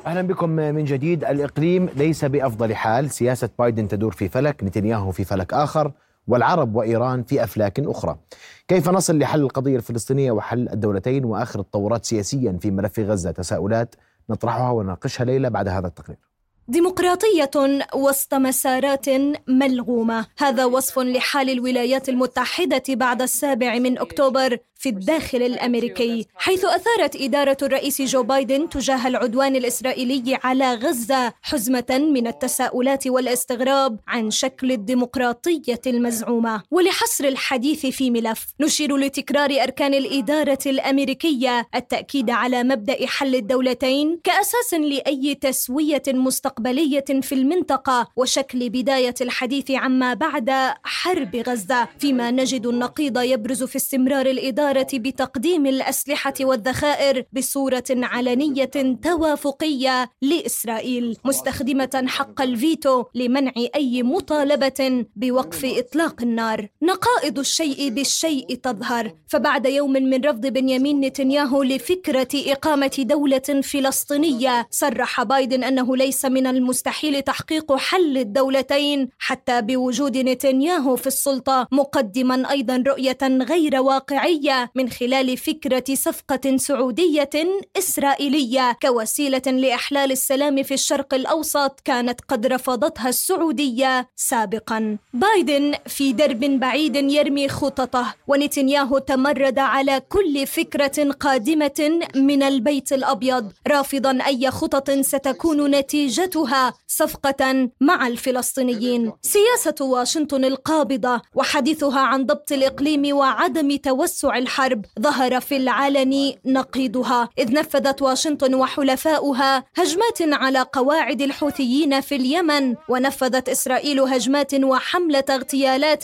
أهلا بكم من جديد. الإقليم ليس بأفضل حال، سياسة بايدن تدور في فلك، نتنياهو في فلك آخر، والعرب وإيران في أفلاك أخرى. كيف نصل لحل القضية الفلسطينية وحل الدولتين وآخر التطورات سياسيا في ملف غزة؟ تساؤلات نطرحها ونناقشها ليلة بعد هذا التقرير. ديمقراطية وسط مسارات ملغومة، هذا وصف لحال الولايات المتحدة بعد 7 أكتوبر في الداخل الأمريكي، حيث أثارت إدارة الرئيس جو بايدن تجاه العدوان الإسرائيلي على غزة حزمة من التساؤلات والاستغراب عن شكل الديمقراطية المزعومة. ولحصر الحديث في ملف، نشير لتكرار أركان الإدارة الأمريكية التأكيد على مبدأ حل الدولتين كأساس لأي تسوية مستقبلية في المنطقة وشكل بداية الحديث عما بعد حرب غزة، فيما نجد النقيض يبرز في استمرار الإدارة بتقديم الأسلحة والذخائر بصورة علنية توافقية لإسرائيل، مستخدمة حق الفيتو لمنع أي مطالبة بوقف إطلاق النار. نقائض الشيء بالشيء تظهر، فبعد يوم من رفض بنيامين نتنياهو لفكرة إقامة دولة فلسطينية، صرح بايدن أنه ليس من المستحيل تحقيق حل الدولتين حتى بوجود نتنياهو في السلطة، مقدما أيضا رؤية غير واقعية من خلال فكرة صفقة سعودية إسرائيلية كوسيلة لإحلال السلام في الشرق الأوسط كانت قد رفضتها السعودية سابقا. بايدن في درب بعيد يرمي خططه، ونتنياهو تمرد على كل فكرة قادمة من البيت الأبيض، رافضا أي خطط ستكون نتيجتها صفقة مع الفلسطينيين. سياسة واشنطن القابضة وحديثها عن ضبط الإقليم وعدم توسع الحرب ظهر في العلن نقيضها، إذ نفذت واشنطن وحلفاؤها هجمات على قواعد الحوثيين في اليمن، ونفذت إسرائيل هجمات وحملة اغتيالات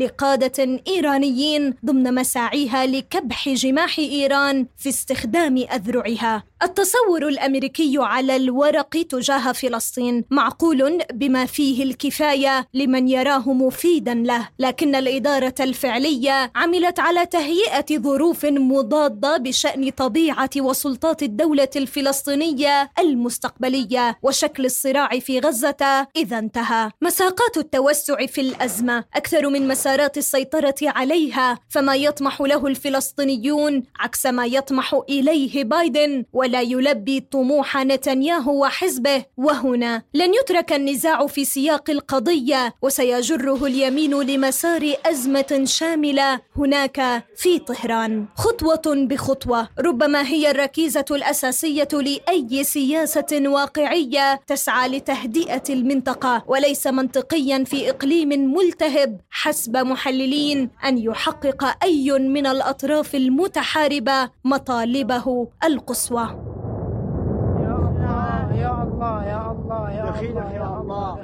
لقادة إيرانيين ضمن مساعيها لكبح جماح إيران في استخدام أذرعها. التصور الأمريكي على الورق تجاه فلسطين معقول بما فيه الكفاية لمن يراه مفيدا له، لكن الإدارة الفعلية عملت على تهيئة ظروف مضادة بشأن طبيعة وسلطات الدولة الفلسطينية المستقبلية وشكل الصراع في غزة إذا انتهى. مساقات التوسع في الأزمة أكثر من مسارات السيطرة عليها، فما يطمح له الفلسطينيون عكس ما يطمح إليه بايدن، ولا يلبي طموح نتنياهو وحزبه. وهنا لن يترك النزاع في سياق القضية، وسيجره اليمين لمسار أزمة شاملة هناك في طهران. خطوة بخطوة ربما هي الركيزة الأساسية لأي سياسة واقعية تسعى لتهدئة المنطقة، وليس منطقيا في إقليم ملتهب حسب محللين أن يحقق أي من الأطراف المتحاربة مطالبه القصوى. يا الله يا الله يا الله يا الله.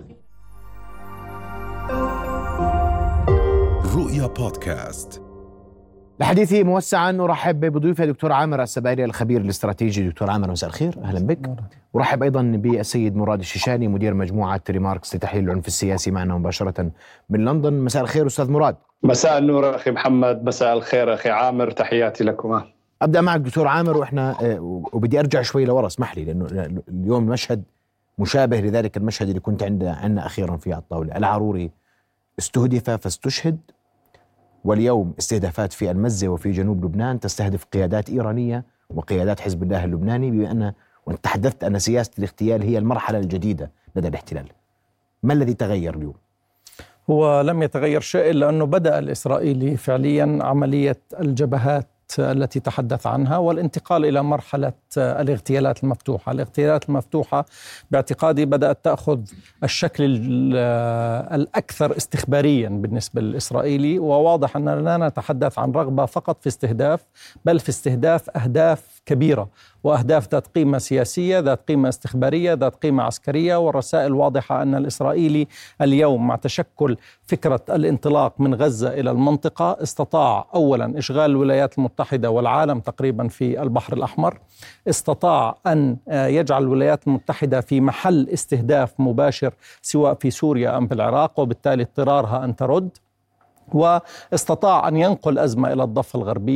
رؤيا بودكاست. لحديث موسعا نرحب بضيوفي دكتور عامر السبايري الخبير الاستراتيجي. دكتور عامر مساء الخير، اهلا بك. ورحب ايضا بالسيد مراد الشيشاني مدير مجموعه ريماركس لتحليل العنف السياسي معنا مباشره من لندن. مساء الخير استاذ مراد. مساء النور اخي محمد، مساء الخير اخي عامر، تحياتي لكما. ابدا معك دكتور عامر، واحنا وبدي ارجع شوي لورا اسمح لي، لانه اليوم المشهد مشابه لذلك المشهد اللي كنت عندنا اخيرا في الطاوله. العروري استهدف فاستشهد، واليوم استهدافات في المزة وفي جنوب لبنان تستهدف قيادات إيرانية وقيادات حزب الله اللبناني، بما أن وانت تحدثت أن سياسة الاغتيال هي المرحلة الجديدة لدى الاحتلال. ما الذي تغير اليوم؟ هو لم يتغير شيء، إلا أنه بدأ الإسرائيلي فعليا عملية الجبهات التي تحدث عنها والانتقال إلى مرحلة الاغتيالات المفتوحة. الاغتيالات المفتوحة باعتقادي بدأت تأخذ الشكل الأكثر استخباريا بالنسبة للإسرائيلي، وواضح أننا لا نتحدث عن رغبة فقط في استهداف، بل في استهداف أهداف كبيرة، وأهداف ذات قيمة سياسية، ذات قيمة استخبارية، ذات قيمة عسكرية. والرسائل واضحة أن الإسرائيلي اليوم مع تشكل فكرة الانطلاق من غزة إلى المنطقة استطاع أولا إشغال الولايات المتحدة والعالم تقريبا في البحر الأحمر، استطاع أن يجعل الولايات المتحدة في محل استهداف مباشر سواء في سوريا أم في العراق، وبالتالي اضطرارها أن ترد، واستطاع أن ينقل أزمة إلى الضفة الغربية،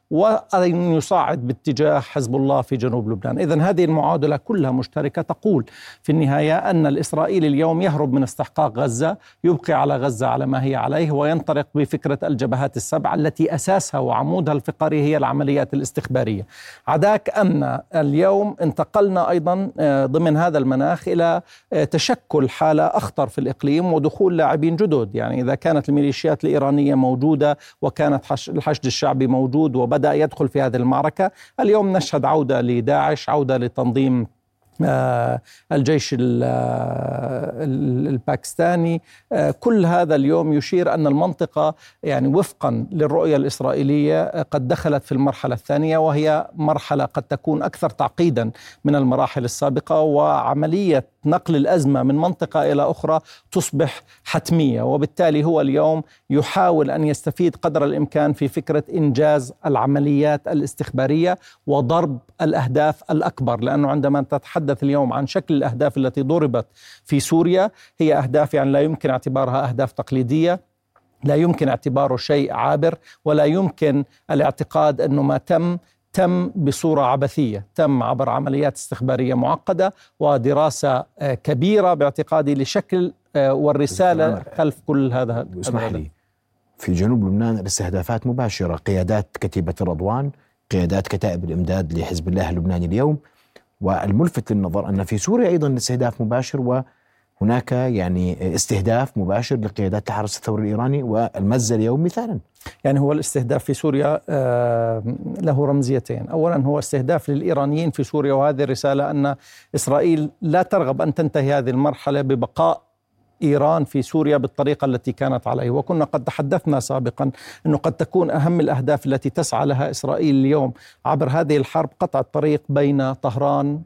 وأن يصاعد باتجاه حزب الله في جنوب لبنان. إذن هذه المعادلة كلها مشتركة تقول في النهاية أن الإسرائيلي اليوم يهرب من استحقاق غزة، يبقي على غزة على ما هي عليه، وينطلق بفكرة الجبهات السبع التي أساسها وعمودها الفقري هي العمليات الاستخبارية. عداك أن اليوم انتقلنا أيضا ضمن هذا المناخ إلى تشكل حالة أخطر في الإقليم ودخول لاعبين جدد. يعني إذا كانت الميليشيات الإيرانية موجودة وكانت الحشد الشعبي موجود وبدأ يدخل في هذه المعركة، اليوم نشهد عودة لداعش، عودة لتنظيم الجيش الباكستاني. كل هذا اليوم يشير أن المنطقة يعني وفقا للرؤية الإسرائيلية قد دخلت في المرحلة الثانية، وهي مرحلة قد تكون أكثر تعقيدا من المراحل السابقة، وعملية نقل الأزمة من منطقة إلى أخرى تصبح حتمية. وبالتالي هو اليوم يحاول أن يستفيد قدر الإمكان في فكرة إنجاز العمليات الاستخبارية وضرب الأهداف الأكبر، لأنه عندما تتحدث اليوم عن شكل الأهداف التي ضربت في سوريا هي أهداف يعني لا يمكن اعتبارها أهداف تقليدية، لا يمكن اعتباره شيء عابر، ولا يمكن الاعتقاد أنه ما تم بصورة عبثية، تم عبر عمليات استخبارية معقدة ودراسة كبيرة باعتقادي لشكل والرسالة خلف كل هذا. اسمح لي، في جنوب لبنان الاستهدافات مباشرة، قيادات كتيبة رضوان، قيادات كتائب الإمداد لحزب الله اللبناني اليوم. والملفت للنظر أن في سوريا أيضا الاستهداف مباشر، وهناك يعني استهداف مباشر لقيادات تحرس الثوري الإيراني، والمزة اليوم مثالا. يعني هو الاستهداف في سوريا له رمزيتين. أولا هو استهداف للإيرانيين في سوريا، وهذه رسالة أن إسرائيل لا ترغب أن تنتهي هذه المرحلة ببقاء إيران في سوريا بالطريقة التي كانت عليه. وكنا قد تحدثنا سابقا أنه قد تكون أهم الأهداف التي تسعى لها إسرائيل اليوم عبر هذه الحرب قطع الطريق بين طهران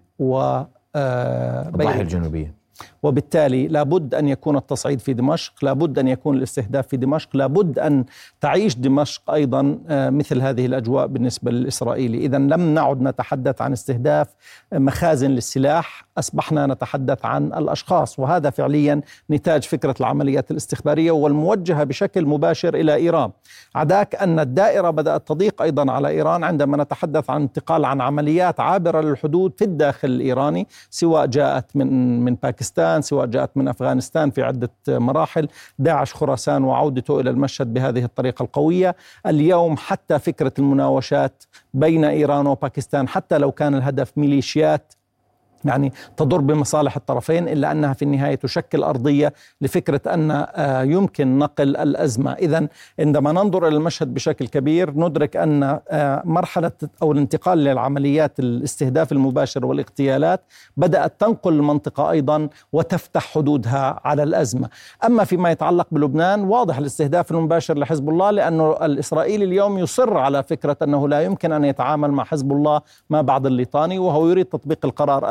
الضاحية الجنوبية، وبالتالي لابد أن يكون التصعيد في دمشق، لابد أن يكون الاستهداف في دمشق، لابد أن تعيش دمشق أيضا مثل هذه الأجواء بالنسبة للإسرائيلي. إذا لم نعد نتحدث عن استهداف مخازن للسلاح، أصبحنا نتحدث عن الأشخاص، وهذا فعليا نتاج فكرة العمليات الاستخبارية والموجهة بشكل مباشر إلى إيران. عداك أن الدائرة بدأت تضيق أيضا على إيران عندما نتحدث عن انتقال عن عمليات عابرة للحدود في الداخل الإيراني، سواء جاءت من باكستان، سواء جاءت من أفغانستان في عدة مراحل، داعش خراسان وعودته إلى المشهد بهذه الطريقة القوية. اليوم حتى فكرة المناوشات بين إيران وباكستان، حتى لو كان الهدف ميليشيات يعني تضر بمصالح الطرفين، إلا أنها في النهاية تشكل أرضية لفكرة أن يمكن نقل الأزمة. إذن عندما ننظر إلى المشهد بشكل كبير ندرك أن مرحلة أو الانتقال للعمليات الاستهداف المباشر والاغتيالات بدأت تنقل المنطقة أيضا وتفتح حدودها على الأزمة. أما فيما يتعلق بلبنان واضح الاستهداف المباشر لحزب الله، لأنه الإسرائيلي اليوم يصر على فكرة أنه لا يمكن أن يتعامل مع حزب الله ما بعد الليطاني، وهو يريد تطبيق القرار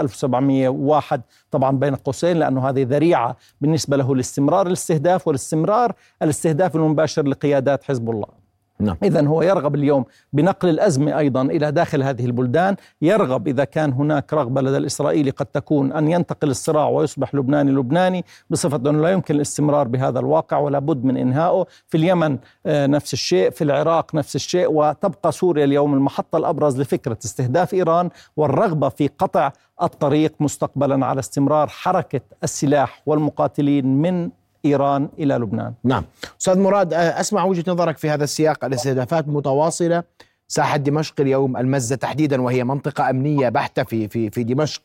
1701 طبعا بين قوسين، لأنه هذه ذريعة بالنسبة له لاستمرار الاستهداف والاستمرار الاستهداف المباشر لقيادات حزب الله. نعم. إذن هو يرغب اليوم بنقل الأزمة أيضا إلى داخل هذه البلدان، يرغب إذا كان هناك رغبة لدى الإسرائيلي قد تكون أن ينتقل الصراع ويصبح لبناني بصفة أنه لا يمكن الاستمرار بهذا الواقع ولا بد من إنهائه. في اليمن نفس الشيء، في العراق نفس الشيء، وتبقى سوريا اليوم المحطة الأبرز لفكرة استهداف إيران والرغبة في قطع الطريق مستقبلا على استمرار حركة السلاح والمقاتلين من إيران إلى لبنان. نعم أستاذ مراد، أسمع وجهة نظرك في هذا السياق. الاستهدافات متواصلة، ساحة دمشق اليوم المزة تحديدا وهي منطقة أمنية بحتة في دمشق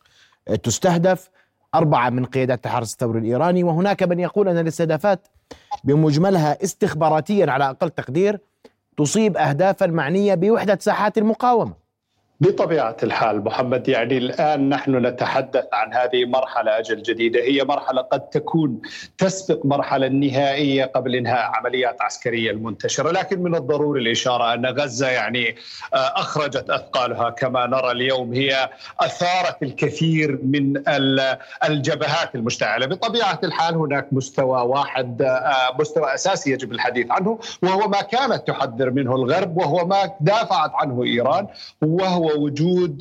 تستهدف 4 من قيادات تحرس الثوري الإيراني، وهناك من يقول أن الاستهدافات بمجملها استخباراتيا على أقل تقدير تصيب أهدافا معنية بوحدة ساحات المقاومة. بطبيعة الحال محمد، يعني الآن نحن نتحدث عن هذه مرحلة أجل جديدة، هي مرحلة قد تكون تسبق مرحلة نهائية قبل إنهاء عمليات عسكرية المنتشرة، لكن من الضروري الإشارة أن غزة يعني أخرجت أثقالها كما نرى اليوم، هي أثارت الكثير من الجبهات المشتعلة. بطبيعة الحال هناك مستوى واحد، مستوى أساسي يجب الحديث عنه، وهو ما كانت تحذر منه الغرب، وهو ما دافعت عنه إيران، وهو هو وجود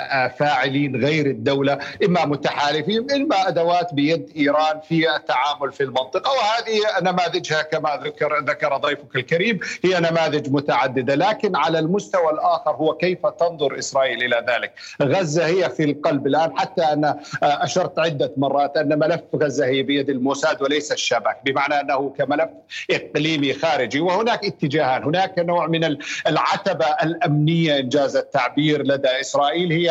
فاعلين غير الدولة، إما متحالفين إما أدوات بيد إيران في التعامل في المنطقة، وهذه نماذجها كما ذكر ضيفك الكريم هي نماذج متعددة. لكن على المستوى الآخر هو كيف تنظر إسرائيل إلى ذلك؟ غزة هي في القلب الآن، حتى أنا أشرت عدة مرات أن ملف غزة هي بيد الموساد وليس الشبك، بمعنى أنه كملف إقليمي خارجي. وهناك اتجاهان، هناك نوع من العتبة الأمنية إنجاز التعبير لدى إسرائيل هي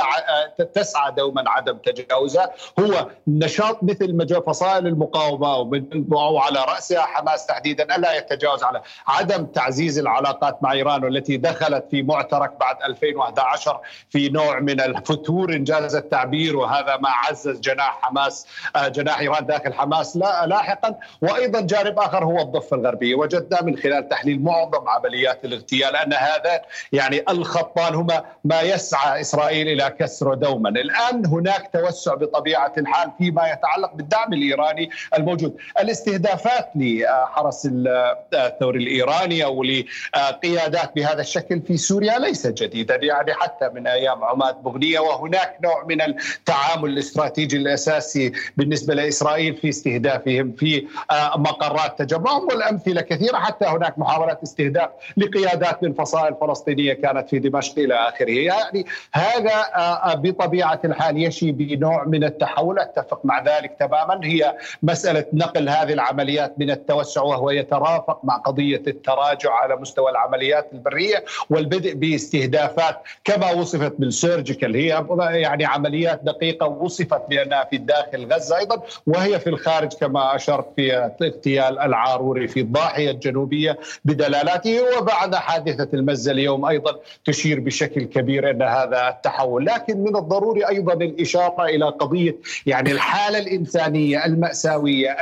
تسعى دوما عدم تجاوزها، هو نشاط مثل فصائل المقاومة أو على رأسها حماس تحديدا ألا يتجاوز على عدم تعزيز العلاقات مع إيران، والتي دخلت في معترك بعد 2011 في نوع من الفتور إنجاز التعبير، وهذا ما عزز جناح حماس جناح إيران داخل حماس لاحقا. وأيضا جانب آخر هو الضفة الغربية، وجدنا من خلال تحليل معظم عمليات الاغتيال أن هذا يعني الخطان هما ما يسعى إسرائيل إلى كسره دوما. الآن هناك توسع بطبيعة الحال فيما يتعلق بالدعم الإيراني الموجود. الاستهدافات لحرس الثوري الإيراني أو لقيادات بهذا الشكل في سوريا ليست جديدة، يعني حتى من أيام عماد بغنية، وهناك نوع من التعامل الاستراتيجي الأساسي بالنسبة لإسرائيل في استهدافهم في مقرات تجمعهم، والأمثلة كثيرة. حتى هناك محاولات استهداف لقيادات من فصائل فلسطينية كانت في دمشق إلى آخره. يعني هذا بطبيعة الحال يشي بنوع من التحول، أتفق مع ذلك تماما. هي مسألة نقل هذه العمليات من التوسع وهو يترافق مع قضية التراجع على مستوى العمليات البرية والبدء باستهدافات كما وصفت بالسيرجيكال، هي يعني عمليات دقيقة وصفت بأنها في داخل غزة أيضا، وهي في الخارج كما أشرت في اغتيال العاروري في الضاحية الجنوبية بدلالاته، وبعد حادثة المزة اليوم أيضا تشير بشكل كبير أن هذا التحول. لكن من الضروري أيضا الإشارة إلى قضية يعني الحالة الإنسانية المأساوية،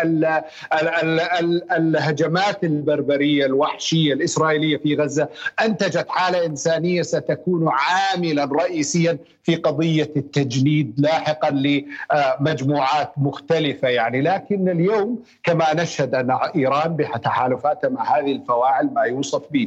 الهجمات البربرية الوحشية الإسرائيلية في غزة أنتجت حالة إنسانية ستكون عاملا رئيسيا في قضية التجنيد لاحقا لمجموعات مختلفة يعني. لكن اليوم كما نشهد أن إيران بتحالفاتها مع هذه الفواعل ما يوصف به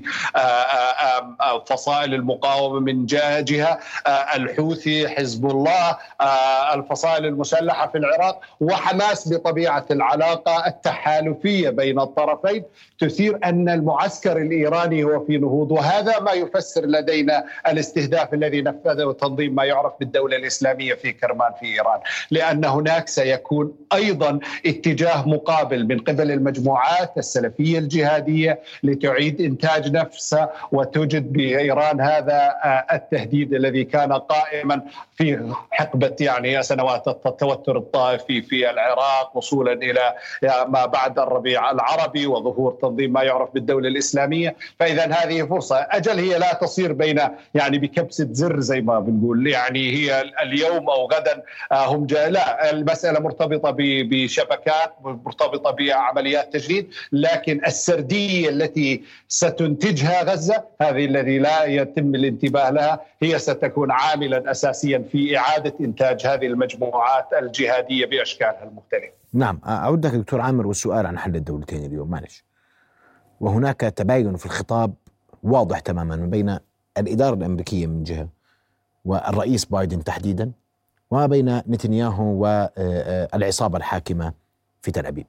فصائل المقاومة من جهة، الحوثي، حزب الله، الفصائل المسلحة في العراق، وحماس بطبيعة العلاقة التحالفية بين الطرفين تثير أن المعسكر الإيراني هو في نهوض. وهذا ما يفسر لدينا الاستهداف الذي نفذه تنظيم ما يعرف بالدولة الإسلامية في كرمان في إيران، لأن هناك سيكون أيضا اتجاه مقابل من قبل المجموعات السلفية الجهادية لتعيد إنتاج نفسها وتوجد بإيران هذا التهديد الذي كان قائما في حقبة يعني سنوات التوتر الطائفي في العراق وصولا إلى ما بعد الربيع العربي وظهور تنظيم ما يعرف بالدولة الإسلامية. فإذا هذه فرصة أجل هي لا تصير بين يعني بكبسة زر زي ما بنقول، يعني هي اليوم أو غدا هم لا، المسألة مرتبطة بشبكات، مرتبطة بعمليات تجنيد، لكن السردية التي ستنتجها غزة هذه الذي لا يتم الانتباه لها هي ستكون عاملا أساسيا في إعادة إنتاج هذه المجموعات الجهادية بأشكالها المختلفة. نعم، أودك دكتور عامر والسؤال عن حل الدولتين اليوم معلش. وهناك تباين في الخطاب واضح تماما ما بين الإدارة الأمريكية من جهة والرئيس بايدن تحديدا، وما بين نتنياهو والعصابة الحاكمة في تل أبيب.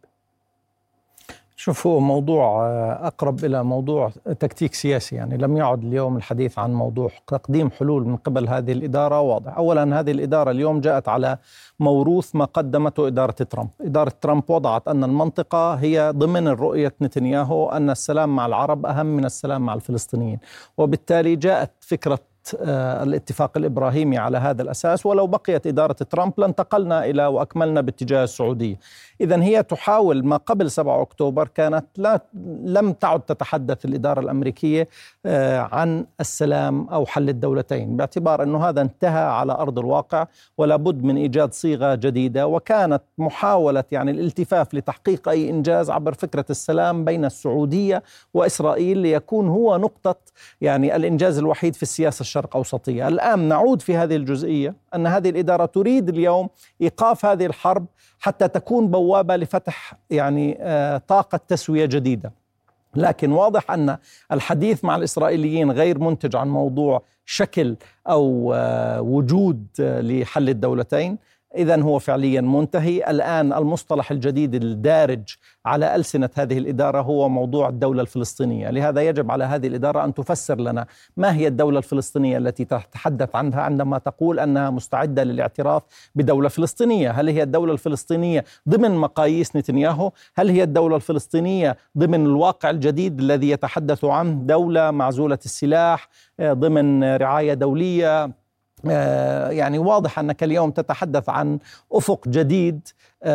شوف، هو موضوع أقرب إلى موضوع تكتيك سياسي، يعني لم يعد اليوم الحديث عن موضوع تقديم حلول من قبل هذه الإدارة واضح. أولا، هذه الإدارة اليوم جاءت على موروث ما قدمته إدارة ترامب. إدارة ترامب وضعت أن المنطقة هي ضمن رؤية نتنياهو أن السلام مع العرب أهم من السلام مع الفلسطينيين، وبالتالي جاءت فكرة الاتفاق الإبراهيمي على هذا الأساس. ولو بقيت إدارة ترامب لانتقلنا إلى وأكملنا باتجاه السعودية. إذن هي تحاول ما قبل 7 أكتوبر كانت لم تعد تتحدث الإدارة الأمريكية عن السلام أو حل الدولتين، باعتبار أنه هذا انتهى على أرض الواقع ولا بد من إيجاد صيغة جديدة. وكانت محاولة يعني الالتفاف لتحقيق أي إنجاز عبر فكرة السلام بين السعودية وإسرائيل ليكون هو نقطة يعني الإنجاز الوحيد في السياسة الشرق أوسطية. الآن نعود في هذه الجزئية أن هذه الإدارة تريد اليوم إيقاف هذه الحرب حتى تكون بوابة لفتح يعني طاقة تسوية جديدة. لكن واضح أن الحديث مع الإسرائيليين غير منتج عن موضوع شكل أو وجود لحل الدولتين. إذن هو فعليا منتهي. الآن المصطلح الجديد الدارج على ألسنة هذه الإدارة هو موضوع الدولة الفلسطينية. لهذا يجب على هذه الإدارة أن تفسر لنا ما هي الدولة الفلسطينية التي تتحدث عنها عندما تقول أنها مستعدة للاعتراف بدولة فلسطينية. هل هي الدولة الفلسطينية ضمن مقاييس نتنياهو؟ هل هي الدولة الفلسطينية ضمن الواقع الجديد الذي يتحدث عنه دولة معزولة السلاح ضمن رعاية دولية؟ يعني واضح أنك اليوم تتحدث عن أفق جديد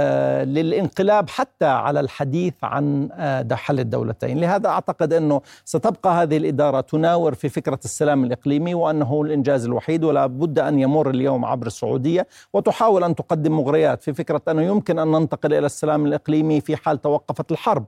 للانقلاب حتى على الحديث عن حل الدولتين. لهذا أعتقد أنه ستبقى هذه الإدارة تناور في فكرة السلام الإقليمي وأنه الإنجاز الوحيد، ولا بد أن يمر اليوم عبر السعودية وتحاول أن تقدم مغريات في فكرة أنه يمكن أن ننتقل إلى السلام الإقليمي في حال توقفت الحرب،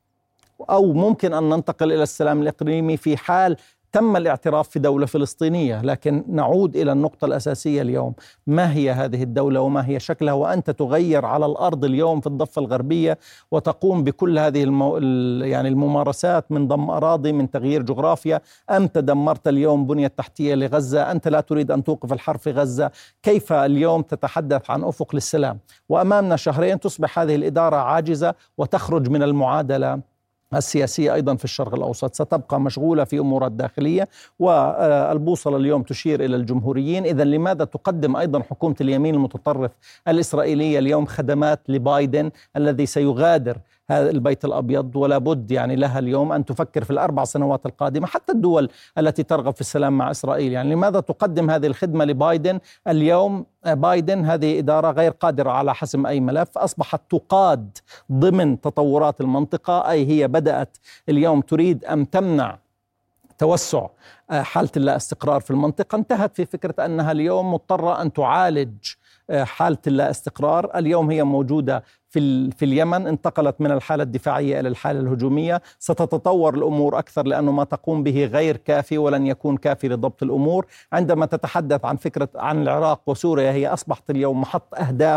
أو ممكن أن ننتقل إلى السلام الإقليمي في حال تم الاعتراف في دولة فلسطينية. لكن نعود إلى النقطة الأساسية اليوم، ما هي هذه الدولة وما هي شكلها؟ وأنت تغير على الأرض اليوم في الضفة الغربية وتقوم بكل هذه يعني الممارسات من ضم أراضي، من تغيير جغرافيا. أنت دمرت اليوم بنية تحتية لغزة، أنت لا تريد أن توقف الحرب في غزة. كيف اليوم تتحدث عن أفق للسلام وأمامنا شهرين تصبح هذه الإدارة عاجزة وتخرج من المعادلة السياسية أيضا في الشرق الأوسط؟ ستبقى مشغولة في أمورها الداخلية، والبوصلة اليوم تشير إلى الجمهوريين. إذن لماذا تقدم أيضا حكومة اليمين المتطرف الإسرائيلية اليوم خدمات لبايدن الذي سيغادر هذا البيت الأبيض؟ ولا بد يعني لها اليوم أن تفكر في ال4 سنوات القادمة، حتى الدول التي ترغب في السلام مع إسرائيل. يعني لماذا تقدم هذه الخدمة لبايدن اليوم؟ بايدن هذه إدارة غير قادرة على حسم أي ملف، أصبحت تقاد ضمن تطورات المنطقة، أي هي بدأت اليوم تريد أن تمنع توسع حالة اللا استقرار في المنطقة. انتهت في فكرة أنها اليوم مضطرة أن تعالج حالة اللا استقرار. اليوم هي موجودة في اليمن، انتقلت من الحالة الدفاعية إلى الحالة الهجومية. ستتطور الأمور أكثر لأنه ما تقوم به غير كافي ولن يكون كافي لضبط الأمور. عندما تتحدث عن فكرة عن العراق وسوريا، هي أصبحت اليوم محط أهداف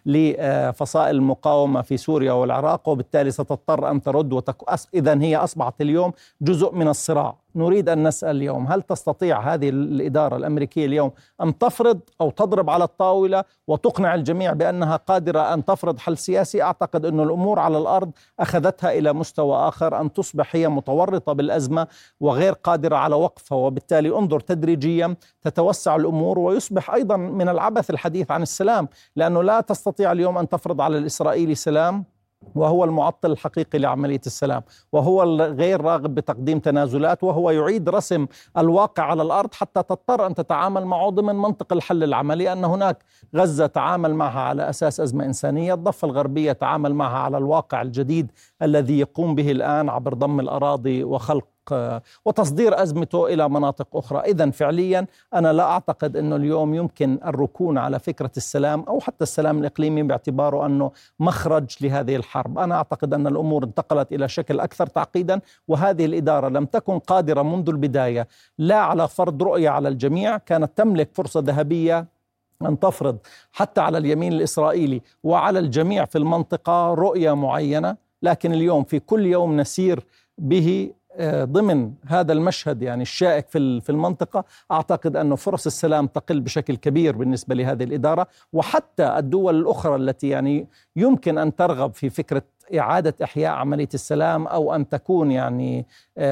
لفصائل المقاومة في سوريا والعراق، وبالتالي ستضطر أن ترد إذن هي أصبحت اليوم جزء من الصراع. نريد أن نسأل اليوم، هل تستطيع هذه الإدارة الأمريكية اليوم أن تفرض أو تضرب على الطاولة وتقنع الجميع بأنها قادرة أن تفرض حل سياسي؟ أعتقد أن الأمور على الأرض أخذتها إلى مستوى آخر، أن تصبح هي متورطة بالأزمة وغير قادرة على وقفها، وبالتالي انظر تدريجيا تتوسع الأمور ويصبح أيضا من العبث الحديث عن السلام، لأنه لا تستطيع اليوم أن تفرض على الإسرائيلي سلام وهو المعطل الحقيقي لعملية السلام، وهو غير راغب بتقديم تنازلات، وهو يعيد رسم الواقع على الأرض حتى تضطر أن تتعامل معه ضمن منطق الحل العملي. أن هناك غزة تعامل معها على أساس أزمة إنسانية، الضفة الغربية تعامل معها على الواقع الجديد الذي يقوم به الآن عبر ضم الأراضي وخلق وتصدير أزمته إلى مناطق أخرى. إذن فعليا أنا لا أعتقد أنه اليوم يمكن الركون على فكرة السلام أو حتى السلام الإقليمي باعتباره أنه مخرج لهذه الحرب. أنا أعتقد أن الأمور انتقلت إلى شكل أكثر تعقيدا، وهذه الإدارة لم تكن قادرة منذ البداية لا على فرض رؤية على الجميع. كانت تملك فرصة ذهبية أن تفرض حتى على اليمين الإسرائيلي وعلى الجميع في المنطقة رؤية معينة، لكن اليوم في كل يوم نسير به ضمن هذا المشهد يعني الشائك في المنطقة. أعتقد أن فرص السلام تقل بشكل كبير بالنسبة لهذه الإدارة، وحتى الدول الأخرى التي يعني يمكن أن ترغب في فكرة إعادة إحياء عملية السلام أو أن تكون يعني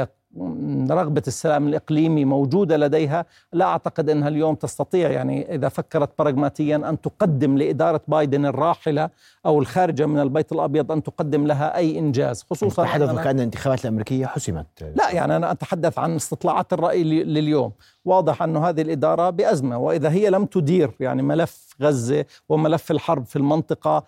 رغبة السلام الإقليمي موجودة لديها، لا أعتقد أنها اليوم تستطيع يعني إذا فكرت براغماتيا أن تقدم لإدارة بايدن الراحلة أو الخارجة من البيت الأبيض أن تقدم لها أي إنجاز، خصوصا تحدث كأن الانتخابات الأمريكية حسمت. لا يعني أنا أتحدث عن استطلاعات الرأي لليوم. واضح أن هذه الإدارة بأزمة، وإذا هي لم تدير يعني ملف غزة وملف الحرب في المنطقة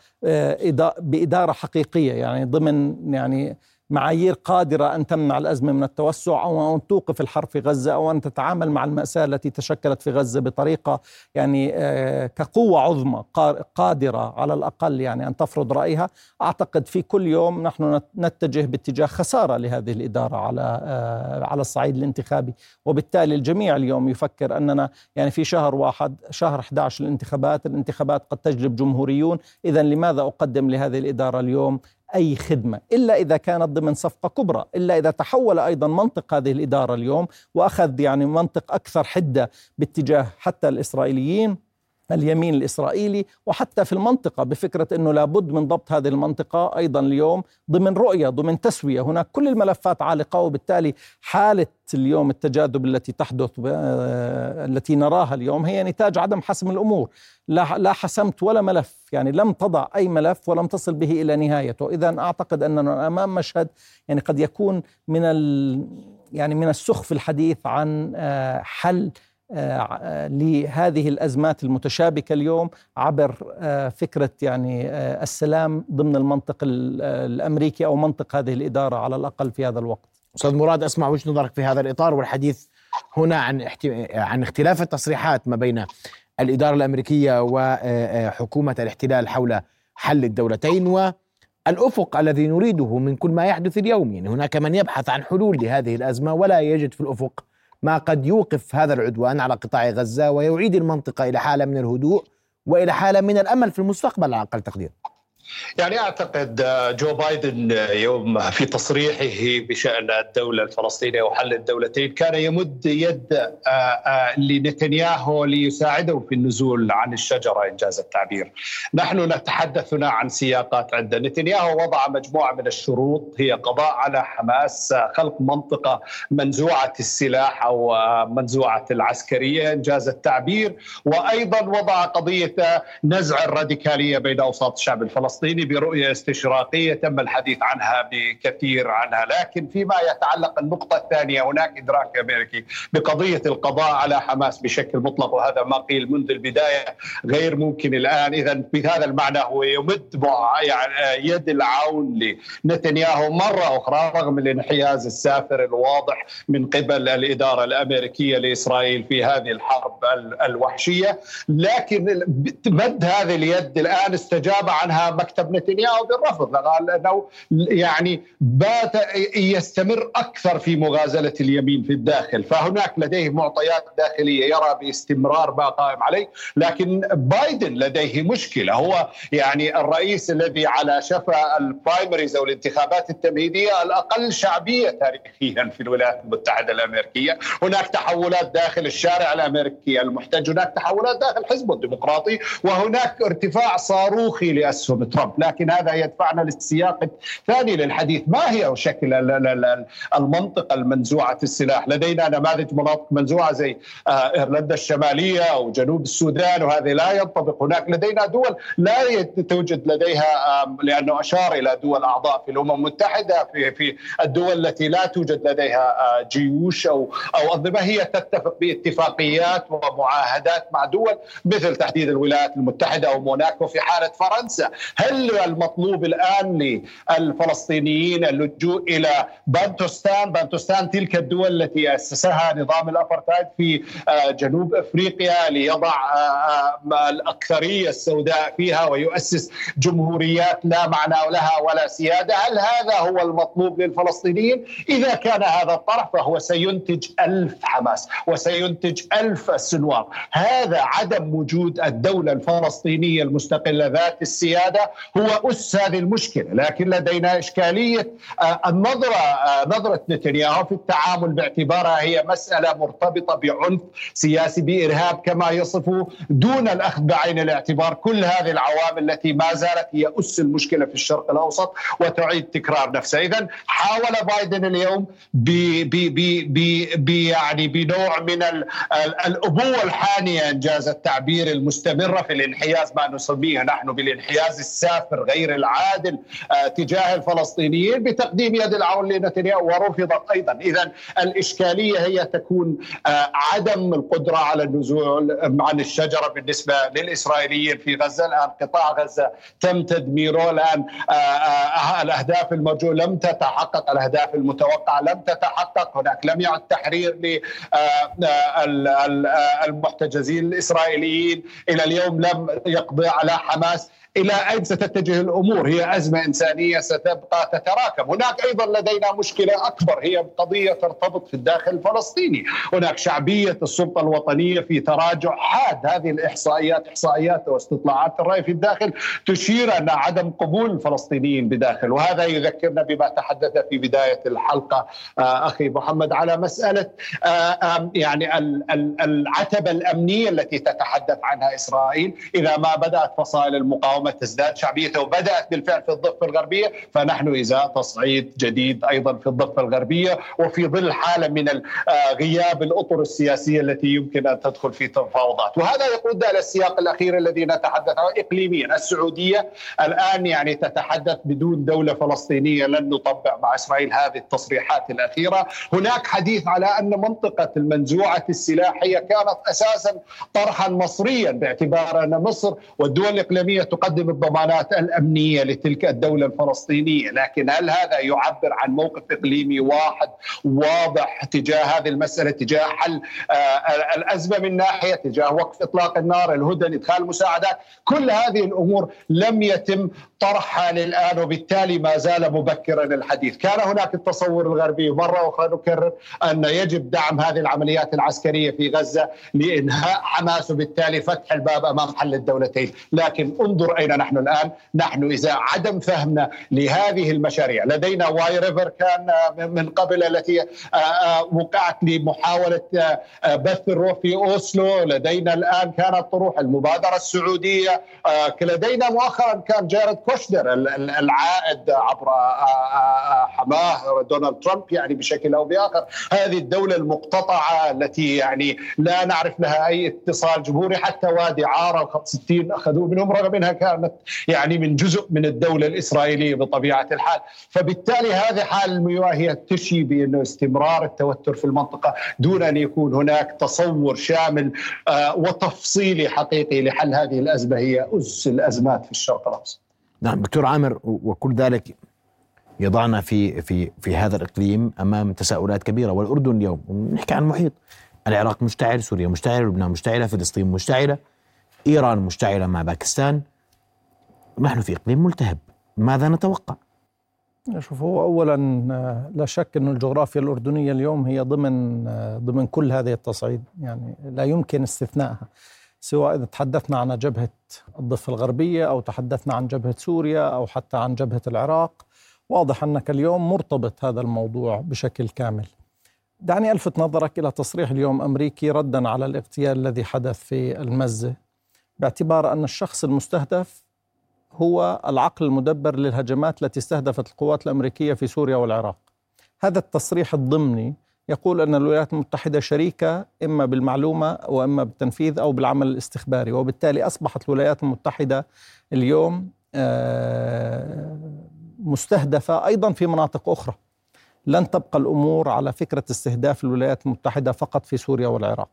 بإدارة حقيقية يعني ضمن يعني معايير قادرة أن تمنع الأزمة من التوسع أو أن توقف الحرب في غزة أو أن تتعامل مع المأساة التي تشكلت في غزة بطريقة يعني كقوة عظمى قادرة على الأقل يعني أن تفرض رأيها. أعتقد في كل يوم نحن نتجه باتجاه خسارة لهذه الإدارة على الصعيد الانتخابي، وبالتالي الجميع اليوم يفكر أننا يعني في شهر 11 الانتخابات قد تجلب جمهوريون. إذن لماذا أقدم لهذه الإدارة اليوم أي خدمة إلا إذا كانت ضمن صفقة كبرى، إلا إذا تحول أيضا منطق هذه الإدارة اليوم وأخذ يعني منطق أكثر حدة باتجاه حتى الإسرائيليين، اليمين الإسرائيلي، وحتى في المنطقة بفكرة أنه لابد من ضبط هذه المنطقة أيضا اليوم ضمن رؤية، ضمن تسوية. هناك كل الملفات عالقة، وبالتالي حالة اليوم التجاذب التي تحدث التي نراها اليوم هي نتاج عدم حسم الأمور. لا حسمت ولا ملف، يعني لم تضع أي ملف ولم تصل به إلى نهايته. إذن أعتقد أننا أمام مشهد يعني قد يكون من السخف الحديث عن حل لهذه الأزمات المتشابكة اليوم عبر فكرة يعني السلام ضمن المنطق الأمريكي أو منطق هذه الإدارة على الأقل في هذا الوقت. أستاذ مراد، أسمع وجهة نظرك في هذا الإطار، والحديث هنا عن اختلاف التصريحات ما بين الإدارة الأمريكية وحكومة الاحتلال حول حل الدولتين والأفق الذي نريده من كل ما يحدث اليوم. يعني هناك من يبحث عن حلول لهذه الأزمة ولا يجد في الأفق ما قد يوقف هذا العدوان على قطاع غزة ويعيد المنطقة إلى حالة من الهدوء وإلى حالة من الأمل في المستقبل على أقل تقدير. يعني أعتقد جو بايدن يوم في تصريحه بشأن الدولة الفلسطينية وحل الدولتين كان يمد يد لنتنياهو ليساعده في النزول عن الشجرة إنجاز التعبير. نحن نتحدث هنا عن سياقات عدة. نتنياهو وضع مجموعة من الشروط هي قضاء على حماس، خلق منطقة منزوعة السلاح أو منزوعة العسكرية إنجاز التعبير، وأيضا وضع قضية نزع الراديكالية بين أوساط الشعب الفلسطيني برؤية استشراقية تم الحديث عنها بكثير عنها. لكن فيما يتعلق النقطة الثانية هناك إدراك أمريكي بقضية القضاء على حماس بشكل مطلق، وهذا ما قيل منذ البداية غير ممكن الآن. إذن بهذا المعنى هو يمد يد العون لنتنياهو مرة أخرى رغم الانحياز السافر الواضح من قبل الإدارة الأمريكية لإسرائيل في هذه الحرب الوحشية. لكن مد هذه اليد الآن استجاب عنها مكتب نتنياهو بالرفض، قال أنه يعني بات يستمر أكثر في مغازلة اليمين في الداخل، فهناك لديه معطيات داخلية يرى باستمرار ما قائم عليه. لكن بايدن لديه مشكلة، هو يعني الرئيس الذي على شفا البرايمريز أو الانتخابات التمهيدية الأقل شعبية تاريخيا في الولايات المتحدة الأمريكية. هناك تحولات داخل الشارع الأمريكي المحتج، هناك تحولات داخل حزبه الديمقراطي، وهناك ارتفاع صاروخي لأسهم ترامب. لكن هذا يدفعنا للسياق الثاني للحديث، ما هي شكل المنطقة المنزوعة السلاح؟ لدينا نماذج مناطق منزوعة زي إيرلندا الشمالية أو جنوب السودان، وهذه لا ينطبق. هناك لدينا دول لا توجد لديها، لأنه أشار إلى دول أعضاء في الأمم المتحدة في الدول التي لا توجد لديها جيوش أو أنظمة هي تتفق باتفاقيات ومعاهدات مع دول مثل تحديد الولايات المتحدة أو موناكو في حالة فرنسا. هل المطلوب الآن للفلسطينيين اللجوء إلى بنتوستان تلك الدول التي أسسها نظام الأبرتايد في جنوب أفريقيا ليضع الأكثرية السوداء فيها ويؤسس جمهوريات لا معنى لها ولا سيادة؟ هل هذا هو المطلوب للفلسطينيين؟ إذا كان هذا الطرح فهو سينتج 1000 حماس وسينتج 1000 سنوار. هذا عدم وجود الدولة الفلسطينية المستقلة ذات السيادة هو أس هذه المشكلة. لكن لدينا إشكالية نظرة نتنياهو في التعامل باعتبارها هي مسألة مرتبطة بعنف سياسي بإرهاب كما يصفه، دون الأخذ بعين الاعتبار كل هذه العوامل التي ما زالت هي أس المشكلة في الشرق الأوسط وتعيد تكرار نفسها. إذن حاول بايدن اليوم يعني بنوع من الأبوة الحانية إنجاز التعبير المستمرة في الانحياز، ما نسميه نحن بالانحياز السافر غير العادل تجاه الفلسطينيين، بتقديم يد العون لنتنياهو ورفضت أيضا. إذن الإشكالية هي تكون عدم القدرة على النزول عن الشجرة بالنسبة للإسرائيليين في غزة. الآن قطاع غزة تم تدميره، الآن الأهداف المرجوة لم تتحقق، الأهداف المتوقعة لم تتحقق، هناك لم يعد تحرير للمحتجزين الإسرائيليين، إلى اليوم لم يقضي على حماس. إلى أين ستتجه الأمور؟ هي أزمة إنسانية ستبقى تتراكم. هناك أيضا لدينا مشكلة أكبر، هي قضية ترتبط في الداخل الفلسطيني. هناك شعبية السلطة الوطنية في تراجع حاد. هذه الإحصائيات، إحصائيات واستطلاعات الرأي في الداخل تشير أن عدم قبول الفلسطينيين بداخل. وهذا يذكرنا بما تحدث في بداية الحلقة أخي محمد على مسألة يعني العتبة الأمنية التي تتحدث عنها إسرائيل. إذا ما بدأت فصائل المقاومة تزداد شعبيتها، وبدأت بالفعل في الضفة الغربية، فنحن إزاء تصعيد جديد أيضا في الضفة الغربية، وفي ظل حالة من غياب الأطر السياسية التي يمكن أن تدخل في تفاوضات. وهذا يقودنا إلى السياق الأخير الذي نتحدث عنه إقليميا. السعودية الآن يعني تتحدث بدون دولة فلسطينية لن نطبع مع إسرائيل. هذه التصريحات الأخيرة. هناك حديث على أن منطقة المنزوعة السلاحية كانت أساسا طرحا مصريا، باعتبار أن مصر والدول الإقليمية تقدم الضمانات الأمنية لتلك الدولة الفلسطينية. لكن هل هذا يعبر عن موقف إقليمي واحد واضح تجاه هذه المسألة، تجاه حل الأزمة من ناحية، تجاه وقف إطلاق النار، الهدن، إدخال مساعدات؟ كل هذه الأمور لم يتم طرحها للآن، وبالتالي ما زال مبكرا الحديث. كان هناك التصور الغربي، مرة أخرى نكرر، أن يجب دعم هذه العمليات العسكرية في غزة لإنهاء حماس، وبالتالي فتح الباب أمام حل الدولتين. لكن انظر أين نحن الآن. نحن إذا عدم فهمنا لهذه المشاريع. لدينا واي ريفر كان من قبل التي وقعت لمحاولة بث الروح في أوسلو. لدينا الآن كانت طروح المبادرة السعودية. لدينا مؤخرا كان جارد كوشنر العائد عبر حماه دونالد ترامب يعني بشكل أو بآخر. هذه الدولة المقتطعة التي يعني لا نعرف لها أي اتصال جمهوري، حتى وادي عارة وخط 60 أخذوا منهم، رغم أنها كانت يعني من جزء من الدولة الإسرائيلية بطبيعة الحال. فبالتالي هذه حال المياه هي تشي بأنه استمرار التوتر في المنطقة دون أن يكون هناك تصور شامل وتفصيلي حقيقي لحل هذه الأزمة هي أس الأزمات في الشرق الأوسط. نعم دكتور عامر، وكل ذلك يضعنا في هذا الإقليم أمام تساؤلات كبيرة. والأردن اليوم نحكي عن محيط، العراق مشتعل، سوريا مشتعلة، لبنان مشتعلة، فلسطين مشتعلة، إيران مشتعلة مع باكستان. نحن في إقليم ملتهب، ماذا نتوقع؟ شوف، هو أولا لا شك أن الجغرافيا الأردنية اليوم هي ضمن كل هذه التصعيد، يعني لا يمكن استثنائها، سواء إذا تحدثنا عن جبهة الضفة الغربية أو تحدثنا عن جبهة سوريا أو حتى عن جبهة العراق. واضح أنك اليوم مرتبط هذا الموضوع بشكل كامل. دعني ألفت نظرك إلى تصريح اليوم أمريكي ردا على الاغتيال الذي حدث في المزة، باعتبار أن الشخص المستهدف هو العقل المدبر للهجمات التي استهدفت القوات الأمريكية في سوريا والعراق. هذا التصريح الضمني يقول أن الولايات المتحدة شريكة إما بالمعلومة وإما بالتنفيذ أو بالعمل الاستخباري، وبالتالي أصبحت الولايات المتحدة اليوم مستهدفة أيضا في مناطق أخرى. لن تبقى الأمور على فكرة استهداف الولايات المتحدة فقط في سوريا والعراق.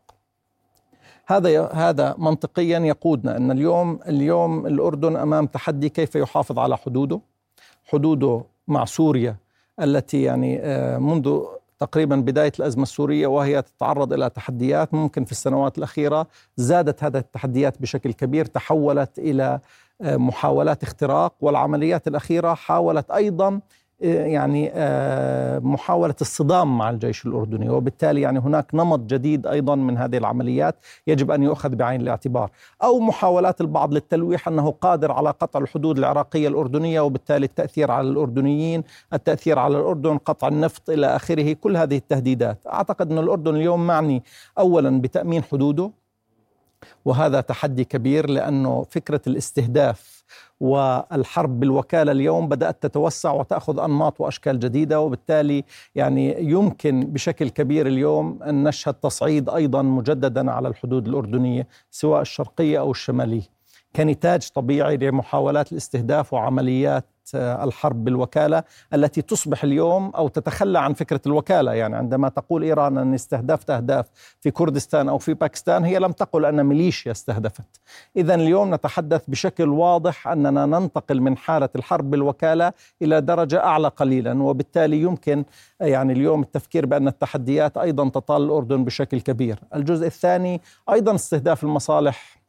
هذا منطقيا يقودنا أن اليوم الأردن أمام تحدي كيف يحافظ على حدوده مع سوريا التي يعني منذ تقريبا بداية الأزمة السورية وهي تتعرض إلى تحديات ممكن في السنوات الأخيرة زادت هذه التحديات بشكل كبير، تحولت إلى محاولات اختراق، والعمليات الأخيرة حاولت أيضا يعني محاولة الصدام مع الجيش الأردني، وبالتالي يعني هناك نمط جديد أيضا من هذه العمليات يجب أن يؤخذ بعين الاعتبار، أو محاولات البعض للتلويح أنه قادر على قطع الحدود العراقية الأردنية وبالتالي التأثير على الأردنيين، التأثير على الأردن، قطع النفط إلى آخره. كل هذه التهديدات أعتقد أن الأردن اليوم معني أولا بتأمين حدوده، وهذا تحدي كبير لأنه فكرة الاستهداف والحرب بالوكالة اليوم بدأت تتوسع وتأخذ أنماط وأشكال جديدة، وبالتالي يعني يمكن بشكل كبير اليوم أن نشهد تصعيد أيضا مجددا على الحدود الأردنية سواء الشرقية أو الشمالية كنتاج طبيعي لمحاولات الاستهداف وعمليات الحرب بالوكالة التي تصبح اليوم أو تتخلى عن فكرة الوكالة. يعني عندما تقول إيران أن استهدفت أهداف في كردستان أو في باكستان، هي لم تقل أن ميليشيا استهدفت. إذن اليوم نتحدث بشكل واضح أننا ننتقل من حالة الحرب بالوكالة إلى درجة أعلى قليلا، وبالتالي يمكن يعني اليوم التفكير بأن التحديات أيضا تطال الأردن بشكل كبير. الجزء الثاني أيضا استهداف المصالح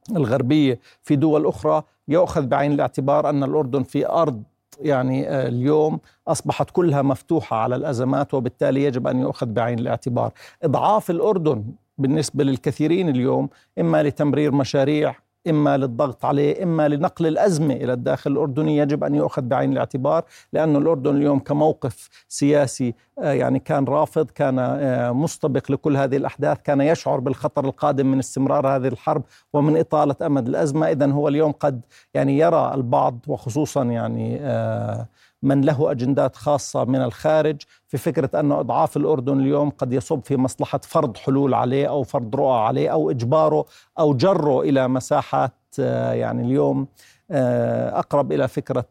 الغربية في دول أخرى، يؤخذ بعين الاعتبار أن الأردن في أرض يعني اليوم أصبحت كلها مفتوحة على الأزمات، وبالتالي يجب أن يؤخذ بعين الاعتبار. إضعاف الأردن بالنسبة للكثيرين اليوم إما لتمرير مشاريع، إما للضغط عليه، إما لنقل الأزمة إلى الداخل الأردني، يجب أن يؤخذ بعين الاعتبار، لأن الأردن اليوم كموقف سياسي يعني كان رافض، كان مستبق لكل هذه الأحداث، كان يشعر بالخطر القادم من استمرار هذه الحرب ومن إطالة أمد الأزمة. إذن هو اليوم قد يعني يرى البعض، وخصوصا يعني من له أجندات خاصة من الخارج، في فكرة أن إضعاف الأردن اليوم قد يصب في مصلحة فرض حلول عليه أو فرض رؤى عليه أو إجباره أو جره إلى مساحات يعني اليوم أقرب إلى فكرة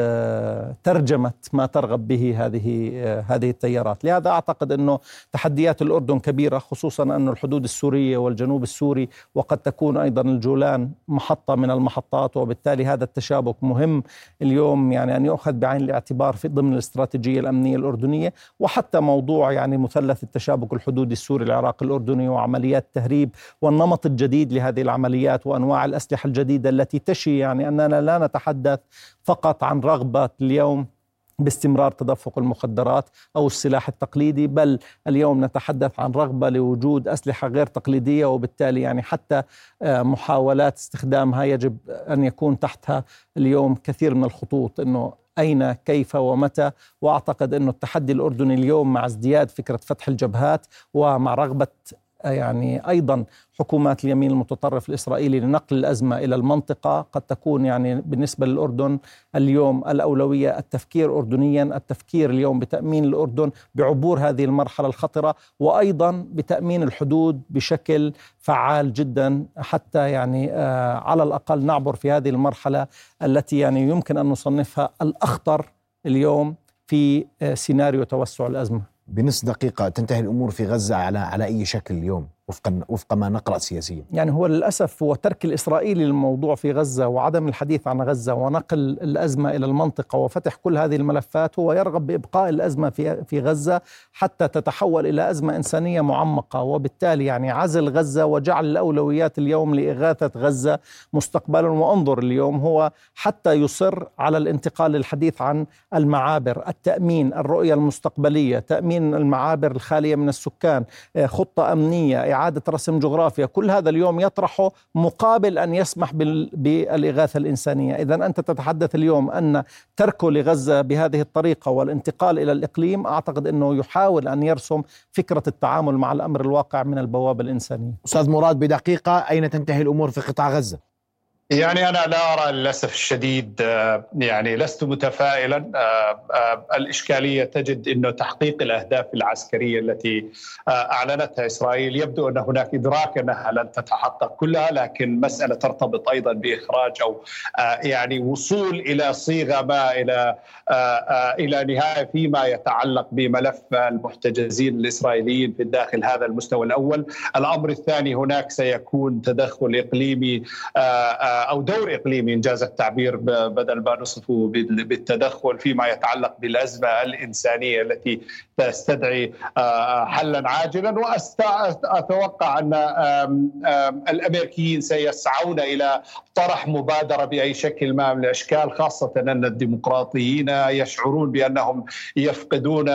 ترجمة ما ترغب به هذه التيارات. لهذا أعتقد أنه تحديات الأردن كبيرة، خصوصا أن الحدود السورية والجنوب السوري وقد تكون أيضا الجولان محطة من المحطات، وبالتالي هذا التشابك مهم اليوم يعني أن يؤخذ بعين الاعتبار في ضمن الاستراتيجية الأمنية الأردنية. وحتى موضوع يعني مثلث التشابك الحدودي السوري العراقي الأردني وعمليات التهريب والنمط الجديد لهذه العمليات وأنواع الأسلحة الجديدة التي تشي يعني أننا لا نتحدث فقط عن رغبة اليوم باستمرار تدفق المخدرات أو السلاح التقليدي، بل اليوم نتحدث عن رغبة لوجود أسلحة غير تقليدية، وبالتالي يعني حتى محاولات استخدامها يجب أن يكون تحتها اليوم كثير من الخطوط، إنه أين كيف ومتى. وأعتقد أنه التحدي الأردني اليوم مع ازدياد فكرة فتح الجبهات ومع رغبة يعني أيضا حكومات اليمين المتطرف الإسرائيلي لنقل الأزمة إلى المنطقة، قد تكون يعني بالنسبة للأردن اليوم الأولوية التفكير أردنيا، التفكير اليوم بتأمين الأردن بعبور هذه المرحلة الخطرة، وأيضا بتأمين الحدود بشكل فعال جدا، حتى يعني على الأقل نعبر في هذه المرحلة التي يعني يمكن أن نصنفها الأخطر اليوم في سيناريو توسع الأزمة. بنص دقيقة تنتهي الأمور في غزة على أي شكل اليوم وفق ما نقرأ سياسيا؟ يعني هو للأسف هو ترك الإسرائيلي للموضوع في غزة وعدم الحديث عن غزة ونقل الأزمة إلى المنطقة وفتح كل هذه الملفات. هو يرغب بإبقاء الأزمة في غزة حتى تتحول إلى أزمة إنسانية معمقة، وبالتالي يعني عزل غزة وجعل الأولويات اليوم لإغاثة غزة مستقبلا. وانظر اليوم هو حتى يصر على الانتقال للحديث عن المعابر، التأمين، الرؤية المستقبلية، تأمين المعابر الخالية من السكان، خطة أمنية، إعادة رسم جغرافيا، كل هذا اليوم يطرحه مقابل أن يسمح بالإغاثة الإنسانية. إذن أنت تتحدث اليوم أن تركه لغزة بهذه الطريقة والانتقال إلى الإقليم، أعتقد أنه يحاول أن يرسم فكرة التعامل مع الأمر الواقع من البوابة الإنسانية. أستاذ مراد بدقيقة، أين تنتهي الأمور في قطاع غزة؟ يعني أنا لا أرى للأسف الشديد، يعني لست متفائلا. الإشكالية تجد أنه تحقيق الأهداف العسكرية التي أعلنتها إسرائيل يبدو أن هناك إدراك أنها لن تتحقق كلها، لكن مسألة ترتبط أيضا بإخراج أو يعني وصول إلى صيغة ما إلى نهاية فيما يتعلق بملف المحتجزين الإسرائيليين في الداخل. هذا المستوى الأول. الأمر الثاني، هناك سيكون تدخل إقليمي أو دور إقليمي إنجاز التعبير، بدل ما نصفه بالتدخل فيما يتعلق بالأزمة الإنسانية التي تستدعي حلا عاجلا. وأتوقع أن الأمريكيين سيسعون إلى طرح مبادرة بأي شكل ما من الأشكال، خاصة أن الديمقراطيين يشعرون بأنهم يفقدون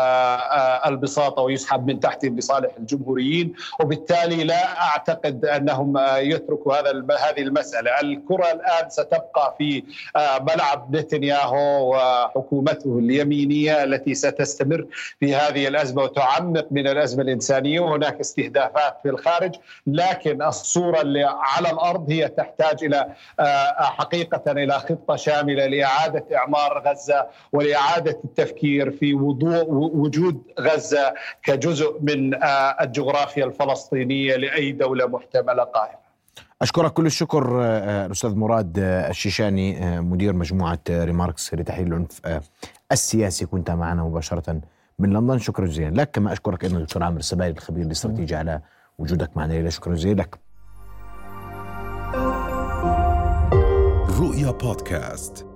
البساطة ويسحب من تحتهم بصالح الجمهوريين، وبالتالي لا أعتقد أنهم يتركوا هذه المسألة. الكرة الآن ستبقى في ملعب نتنياهو وحكومته اليمينية التي ستستمر في هذه الأزمة وتعمق من الأزمة الإنسانية، وهناك استهدافات في الخارج، لكن الصورة اللي على الأرض هي تحتاج إلى حقيقة إلى خطة شاملة لإعادة إعمار غزة ولإعادة التفكير في وجود غزة كجزء من الجغرافيا الفلسطينية لأي دولة محتملة قائمة. أشكرك كل الشكر الأستاذ مراد الشيشاني، مدير مجموعة ريماركس لتحليل العنف السياسي، كنت معنا مباشرة من لندن. شكرا جزيلا لك، كما أشكرك أيضا دكتور عامر السبايل الخبير الاستراتيجي على وجودك معنا ليلة. شكرا جزيلا لك. رؤيا بودكاست.